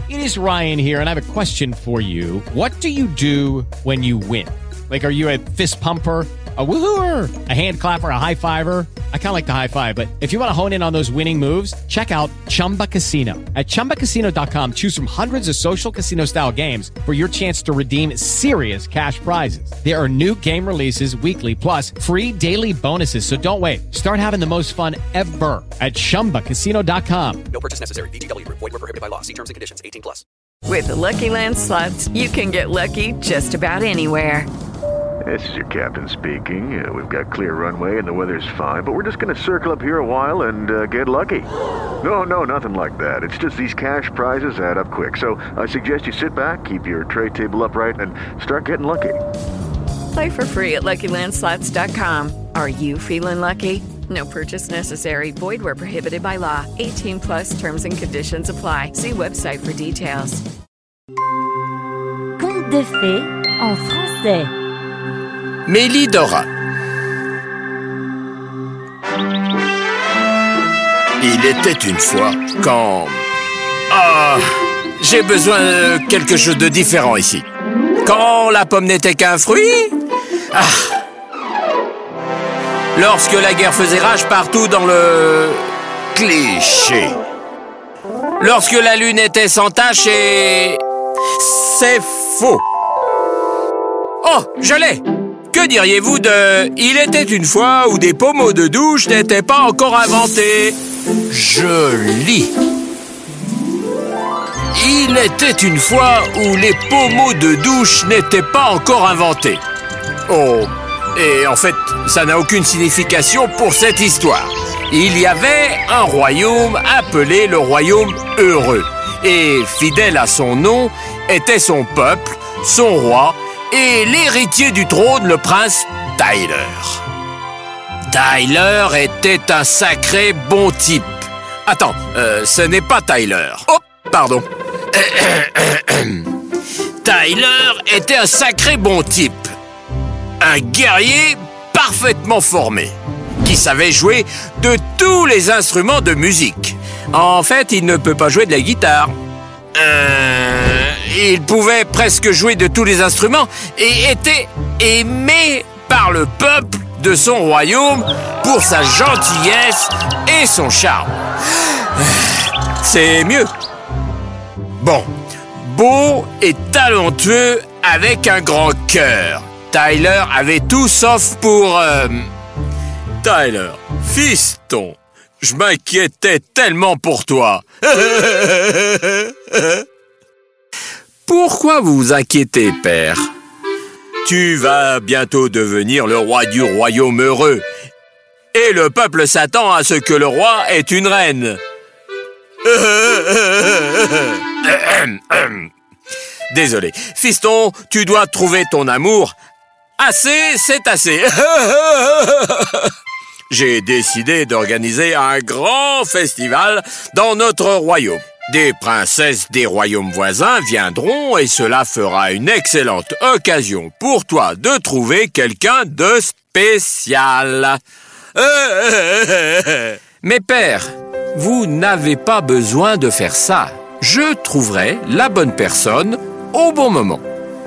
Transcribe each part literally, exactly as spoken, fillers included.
It is Ryan here, and I have a question for you. What do you do when you win? Like, are you a fist pumper, a woohooer, a hand clapper, a high fiver? I kind of like the high five, but if you want to hone in on those winning moves, check out Chumba Casino. At chumba casino dot com, choose from hundreds of social casino style games for your chance to redeem serious cash prizes. There are new game releases weekly, plus free daily bonuses. So don't wait. Start having the most fun ever at chumba casino dot com. No purchase necessary. V G W Group. Void where prohibited by law. See terms and conditions. eighteen plus. With the Lucky Land Slots, you can get lucky just about anywhere. This is your captain speaking. Uh, we've got clear runway and the weather's fine, but we're just going to circle up here a while and uh, get lucky. No, no, nothing like that. It's just these cash prizes add up quick. So I suggest you sit back, keep your tray table upright, and start getting lucky. Play for free at lucky land slots dot com. Are you feeling lucky? No purchase necessary. Void where prohibited by law. eighteen plus terms and conditions apply. See website for details. Conte de fées en français. Mélidora. Il était une fois quand... Ah, j'ai besoin de quelque chose de différent ici. Quand la pomme n'était qu'un fruit. Ah. Lorsque la guerre faisait rage partout dans le... cliché. Lorsque la lune était sans tache et... C'est faux. Oh, je l'ai. Que diriez-vous de « Il était une fois où des pommeaux de douche n'étaient pas encore inventés ». Joli. Il était une fois où les pommeaux de douche n'étaient pas encore inventés. Oh, et en fait, ça n'a aucune signification pour cette histoire. Il y avait un royaume appelé le royaume heureux. Et fidèle à son nom était son peuple, son roi, et l'héritier du trône, le prince Tyler. Tyler était un sacré bon type. Attends, euh, ce n'est pas Tyler. Oh, pardon. Tyler était un sacré bon type. Un guerrier parfaitement formé, qui savait jouer de tous les instruments de musique. En fait, il ne peut pas jouer de la guitare. Euh, il pouvait presque jouer de tous les instruments et était aimé par le peuple de son royaume pour sa gentillesse et son charme. C'est mieux. Bon, beau et talentueux avec un grand cœur. Tyler avait tout sauf pour... Euh... Tyler, fiston, je m'inquiétais tellement pour toi. Pourquoi vous vous inquiétez, père? Tu vas bientôt devenir le roi du royaume heureux. Et le peuple s'attend à ce que le roi ait une reine. Désolé. Fiston, tu dois trouver ton amour. Assez, c'est assez. J'ai décidé d'organiser un grand festival dans notre royaume. Des princesses des royaumes voisins viendront et cela fera une excellente occasion pour toi de trouver quelqu'un de spécial. Mais père, vous n'avez pas besoin de faire ça. Je trouverai la bonne personne au bon moment.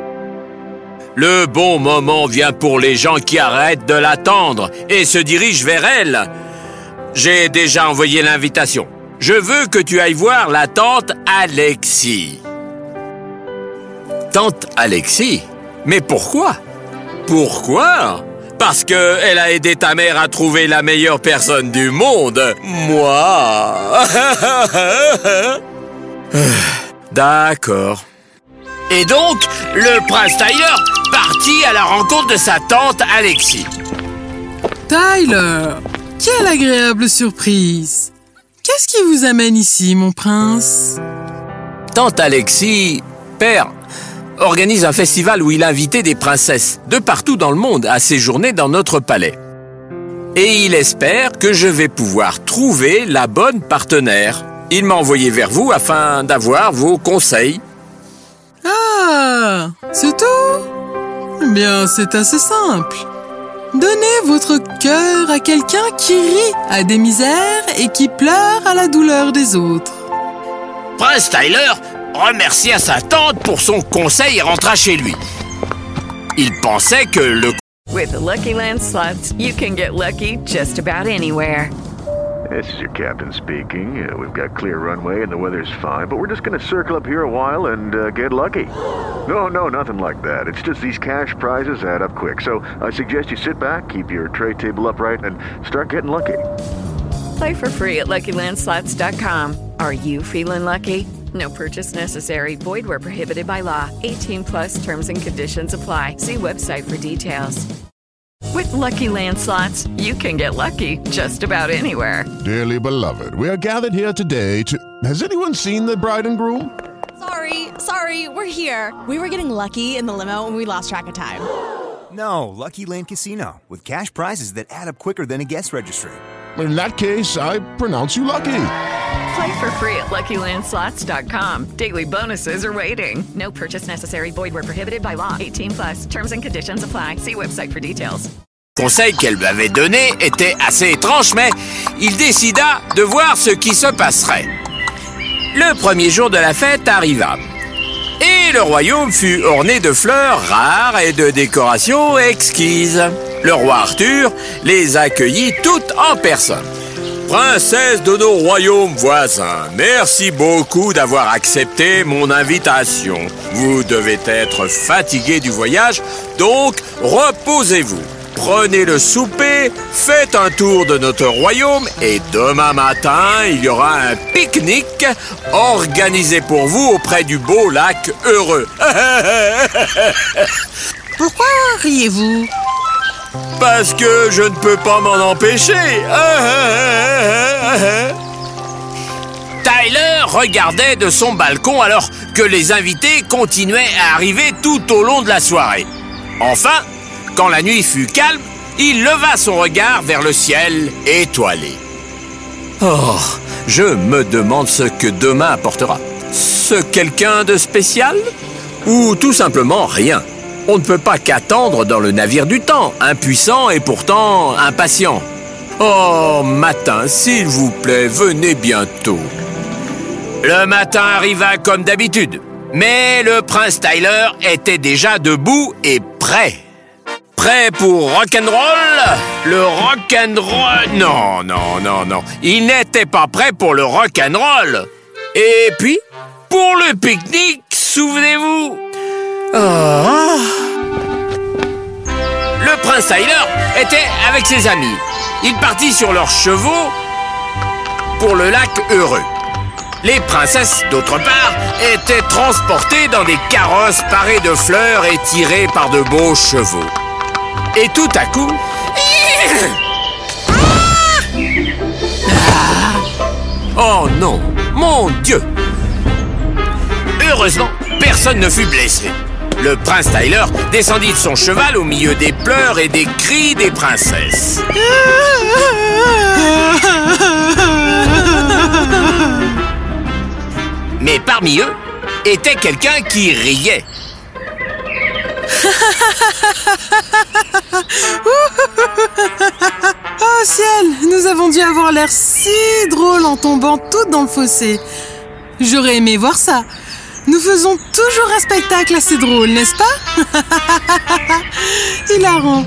Le bon moment vient pour les gens qui arrêtent de l'attendre et se dirigent vers elle. J'ai déjà envoyé l'invitation. Je veux que tu ailles voir la tante Alexis. Tante Alexis? Mais pourquoi? Pourquoi? Parce qu'elle a aidé ta mère à trouver la meilleure personne du monde. Moi. D'accord. Et donc, le prince Tyler partit à la rencontre de sa tante Alexis. Tyler, quelle agréable surprise! Qu'est-ce qui vous amène ici, mon prince? Tante Alexis, père, organise un festival où il invitait des princesses de partout dans le monde à séjourner dans notre palais. Et il espère que je vais pouvoir trouver la bonne partenaire. Il m'a envoyé vers vous afin d'avoir vos conseils. Ah, c'est tout? Eh bien, c'est assez simple. Donnez votre cœur à quelqu'un qui rit à des misères et qui pleure à la douleur des autres. Prince Tyler, remercia sa tante pour son conseil et rentra chez lui. Il pensait que le... With the Lucky Land Slots, you can get lucky just about anywhere. This is your captain speaking. Uh, we've got clear runway and the weather's fine, but we're just going to circle up here a while and uh, get lucky. No, no, nothing like that. It's just these cash prizes add up quick. So I suggest you sit back, keep your tray table upright, and start getting lucky. Play for free at Lucky Land Slots dot com. Are you feeling lucky? No purchase necessary. Void where prohibited by law. eighteen plus terms and conditions apply. See website for details. With Lucky Land Slots, you can get lucky just about anywhere. Dearly beloved, we are gathered here today to... Has anyone seen the bride and groom? Sorry, sorry, we're here. We were getting lucky in the limo and we lost track of time. No, Lucky Land Casino, with cash prizes that add up quicker than a guest registry. In that case, I pronounce you lucky. Play for free at Lucky Land Slots dot com. Daily bonuses are waiting. No purchase necessary. Void where prohibited by law. eighteen plus. Terms and conditions apply. See website for details. Le conseil qu'elle lui avait donné était assez étrange, mais il décida de voir ce qui se passerait. Le premier jour de la fête arriva. Et le royaume fut orné de fleurs rares et de décorations exquises. Le roi Arthur les accueillit toutes en personne. Princesse de nos royaumes voisins, merci beaucoup d'avoir accepté mon invitation. Vous devez être fatigué du voyage, donc reposez-vous. Prenez le souper, faites un tour de notre royaume et demain matin, il y aura un pique-nique organisé pour vous auprès du beau lac Heureux. Pourquoi riez-vous? Parce que je ne peux pas m'en empêcher. Tyler regardait de son balcon alors que les invités continuaient à arriver tout au long de la soirée. Enfin, quand la nuit fut calme, il leva son regard vers le ciel étoilé. Oh, je me demande ce que demain apportera. Ce quelqu'un de spécial? Ou tout simplement rien? On ne peut pas qu'attendre dans le navire du temps, impuissant et pourtant impatient. Oh, matin, s'il vous plaît, venez bientôt. Le matin arriva comme d'habitude, mais le prince Tyler était déjà debout et prêt. Prêt pour rock'n'roll? Le rock'n'roll? Non, non, non, non. Il n'était pas prêt pour le rock'n'roll. Et puis, pour le pique-nique, souvenez-vous. Oh. Le prince Tyler était avec ses amis. Il partit sur leurs chevaux pour le lac Heureux. Les princesses, d'autre part, étaient transportées dans des carrosses parées de fleurs et tirées par de beaux chevaux. Et tout à coup... Oh non, mon Dieu! Heureusement, personne ne fut blessé. Le prince Tyler descendit de son cheval au milieu des pleurs et des cris des princesses. Mais parmi eux, était quelqu'un qui riait. Oh ciel, nous avons dû avoir l'air si drôle en tombant toutes dans le fossé. J'aurais aimé voir ça. Nous faisons toujours un spectacle assez drôle, n'est-ce pas? Hilarant.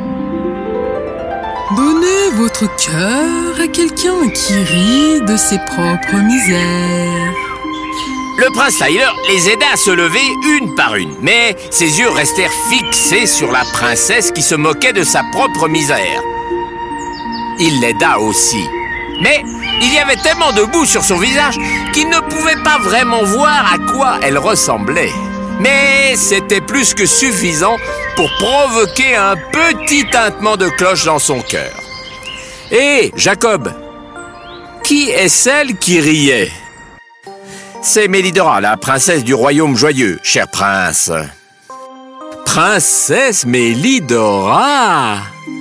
Donnez votre cœur à quelqu'un qui rit de ses propres misères. Le prince Tyler les aida à se lever une par une, mais ses yeux restèrent fixés sur la princesse qui se moquait de sa propre misère. Il l'aida aussi, mais il y avait tellement de boue sur son visage qu'il ne pouvait pas vraiment voir à quoi elle ressemblait. Mais c'était plus que suffisant pour provoquer un petit tintement de cloche dans son cœur. Hé, Jacob, qui est celle qui riait? C'est Mélidora, la princesse du royaume joyeux, cher prince. Princesse Mélidora!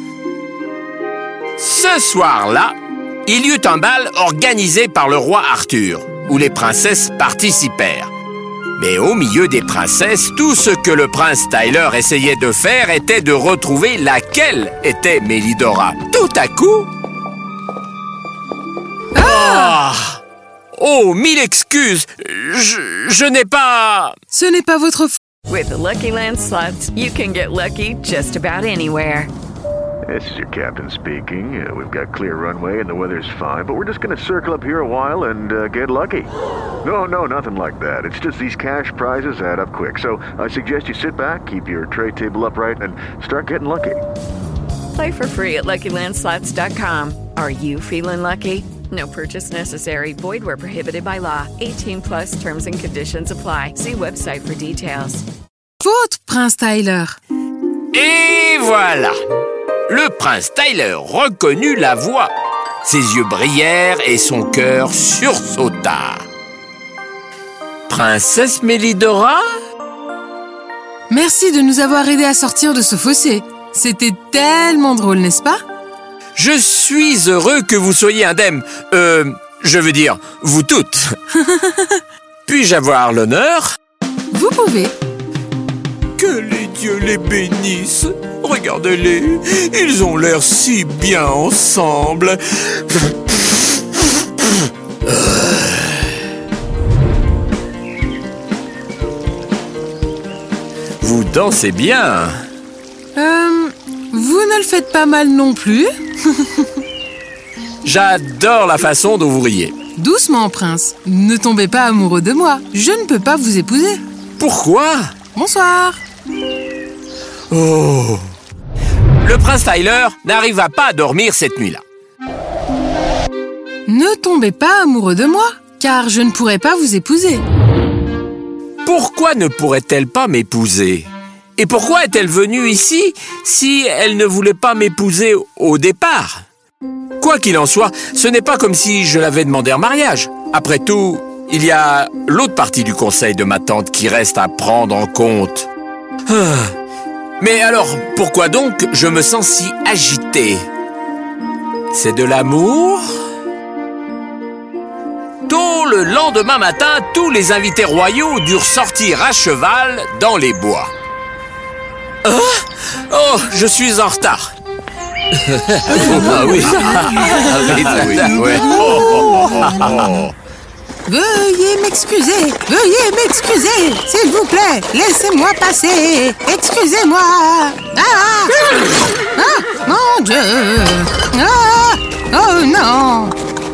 Ce soir-là, il y eut un bal organisé par le roi Arthur, où les princesses participèrent. Mais au milieu des princesses, tout ce que le prince Tyler essayait de faire était de retrouver laquelle était Mélidora. Tout à coup... Ah! oh, mille excuses. Je, je n'ai pas... Ce n'est pas votre faute. With the Lucky Land Slots, you can get lucky just about anywhere. This is your captain speaking. Uh, we've got clear runway and the weather's fine, but we're just going to circle up here a while and uh, get lucky. No, no, nothing like that. It's just these cash prizes add up quick. So I suggest you sit back, keep your tray table upright, and start getting lucky. Play for free at Lucky Land Slots dot com. Are you feeling lucky? No purchase necessary. Void where prohibited by law. eighteen plus terms and conditions apply. See website for details. Faute, Prince Tyler. Et voilà. Le prince Tyler reconnut la voix. Ses yeux brillèrent et son cœur sursauta. Princesse Mélidora? Merci de nous avoir aidés à sortir de ce fossé. C'était tellement drôle, n'est-ce pas? Je suis heureux que vous soyez indemne. Euh, je veux dire, vous toutes. Puis-je avoir l'honneur? Vous pouvez. Que les dieux les bénissent. Regardez-les, ils ont l'air si bien ensemble. Vous dansez bien. Euh, vous ne le faites pas mal non plus. J'adore la façon dont vous riez. Doucement, prince. Ne tombez pas amoureux de moi. Je ne peux pas vous épouser. Pourquoi? Bonsoir. Oh. Le prince Tyler n'arriva pas à dormir cette nuit-là. Ne tombez pas amoureux de moi, car je ne pourrai pas vous épouser. Pourquoi ne pourrait-elle pas m'épouser? Et pourquoi est-elle venue ici si elle ne voulait pas m'épouser au départ? Quoi qu'il en soit, ce n'est pas comme si je l'avais demandé en mariage. Après tout, il y a l'autre partie du conseil de ma tante qui reste à prendre en compte. Ah. Mais alors, pourquoi donc je me sens si agité? C'est de l'amour? Tôt le lendemain matin, tous les invités royaux durent sortir à cheval dans les bois. Ah? Oh, je suis en retard. Ah oui. Ah oui. Ouais. Oh, oh, oh, oh. Veuillez m'excuser, veuillez m'excuser, s'il vous plaît, laissez-moi passer, excusez-moi. Ah, ah, mon Dieu. Ah, oh non.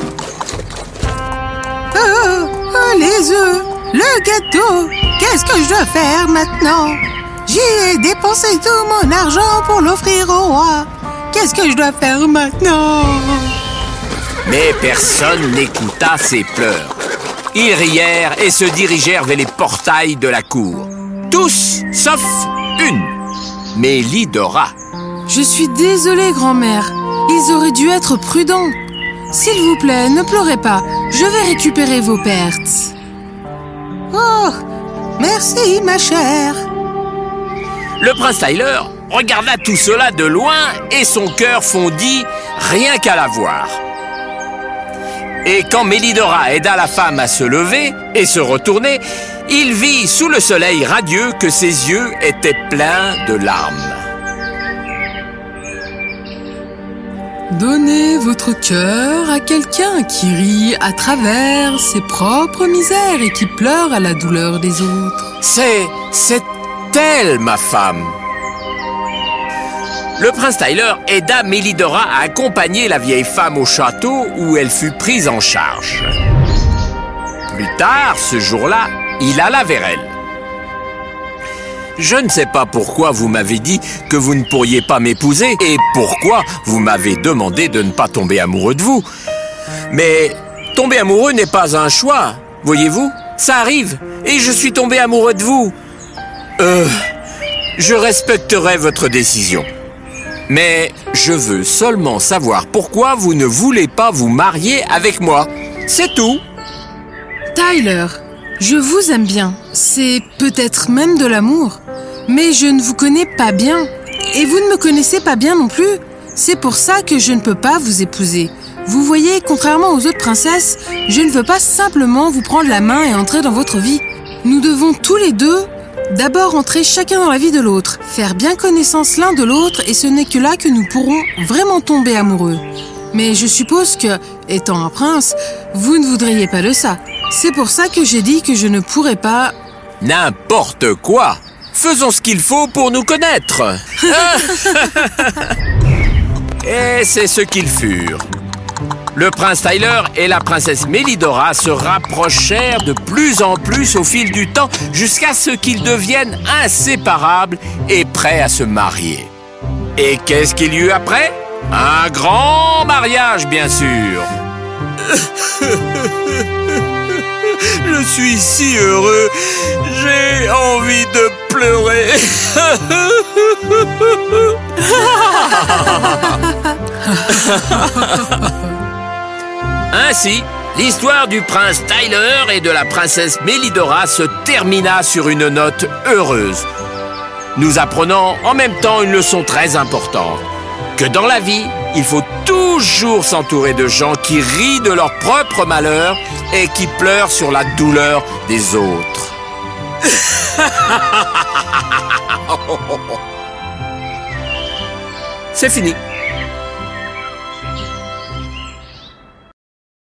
Oh, oh, les œufs, le gâteau, qu'est-ce que je dois faire maintenant? J'y ai dépensé tout mon argent pour l'offrir au roi. Qu'est-ce que je dois faire maintenant? Mais personne n'écouta ses pleurs. Ils rièrent et se dirigèrent vers les portails de la cour. Tous, sauf une, Mélidora. Je suis désolée, grand-mère. Ils auraient dû être prudents. S'il vous plaît, ne pleurez pas. Je vais récupérer vos pertes. Oh, merci, ma chère. Le prince Tyler regarda tout cela de loin et son cœur fondit rien qu'à la voir. Et quand Mélidora aida la femme à se lever et se retourner, il vit sous le soleil radieux que ses yeux étaient pleins de larmes. Donnez votre cœur à quelqu'un qui rit à travers ses propres misères et qui pleure à la douleur des autres. C'est... c'est elle, ma femme. Le prince Tyler aida Mélidora à accompagner la vieille femme au château où elle fut prise en charge. Plus tard, ce jour-là, il alla vers elle. Je ne sais pas pourquoi vous m'avez dit que vous ne pourriez pas m'épouser et pourquoi vous m'avez demandé de ne pas tomber amoureux de vous. Mais tomber amoureux n'est pas un choix, voyez-vous? Ça arrive et je suis tombé amoureux de vous. Euh, je respecterai votre décision. Mais je veux seulement savoir pourquoi vous ne voulez pas vous marier avec moi. C'est tout. Tyler, je vous aime bien. C'est peut-être même de l'amour. Mais je ne vous connais pas bien. Et vous ne me connaissez pas bien non plus. C'est pour ça que je ne peux pas vous épouser. Vous voyez, contrairement aux autres princesses, je ne veux pas simplement vous prendre la main et entrer dans votre vie. Nous devons tous les deux d'abord entrer chacun dans la vie de l'autre, faire bien connaissance l'un de l'autre et ce n'est que là que nous pourrons vraiment tomber amoureux. Mais je suppose que, étant un prince, vous ne voudriez pas de ça. C'est pour ça que j'ai dit que je ne pourrais pas... N'importe quoi. Faisons ce qu'il faut pour nous connaître. Et c'est ce qu'ils furent. Le prince Tyler et la princesse Mélidora se rapprochèrent de plus en plus au fil du temps jusqu'à ce qu'ils deviennent inséparables et prêts à se marier. Et qu'est-ce qu'il y eut après? Un grand mariage, bien sûr. Je suis si heureux, j'ai envie de pleurer. Ainsi, l'histoire du prince Tyler et de la princesse Mélidora se termina sur une note heureuse, nous apprenant en même temps une leçon très importante, que dans la vie, il faut toujours s'entourer de gens qui rient de leur propre malheur et qui pleurent sur la douleur des autres. C'est fini.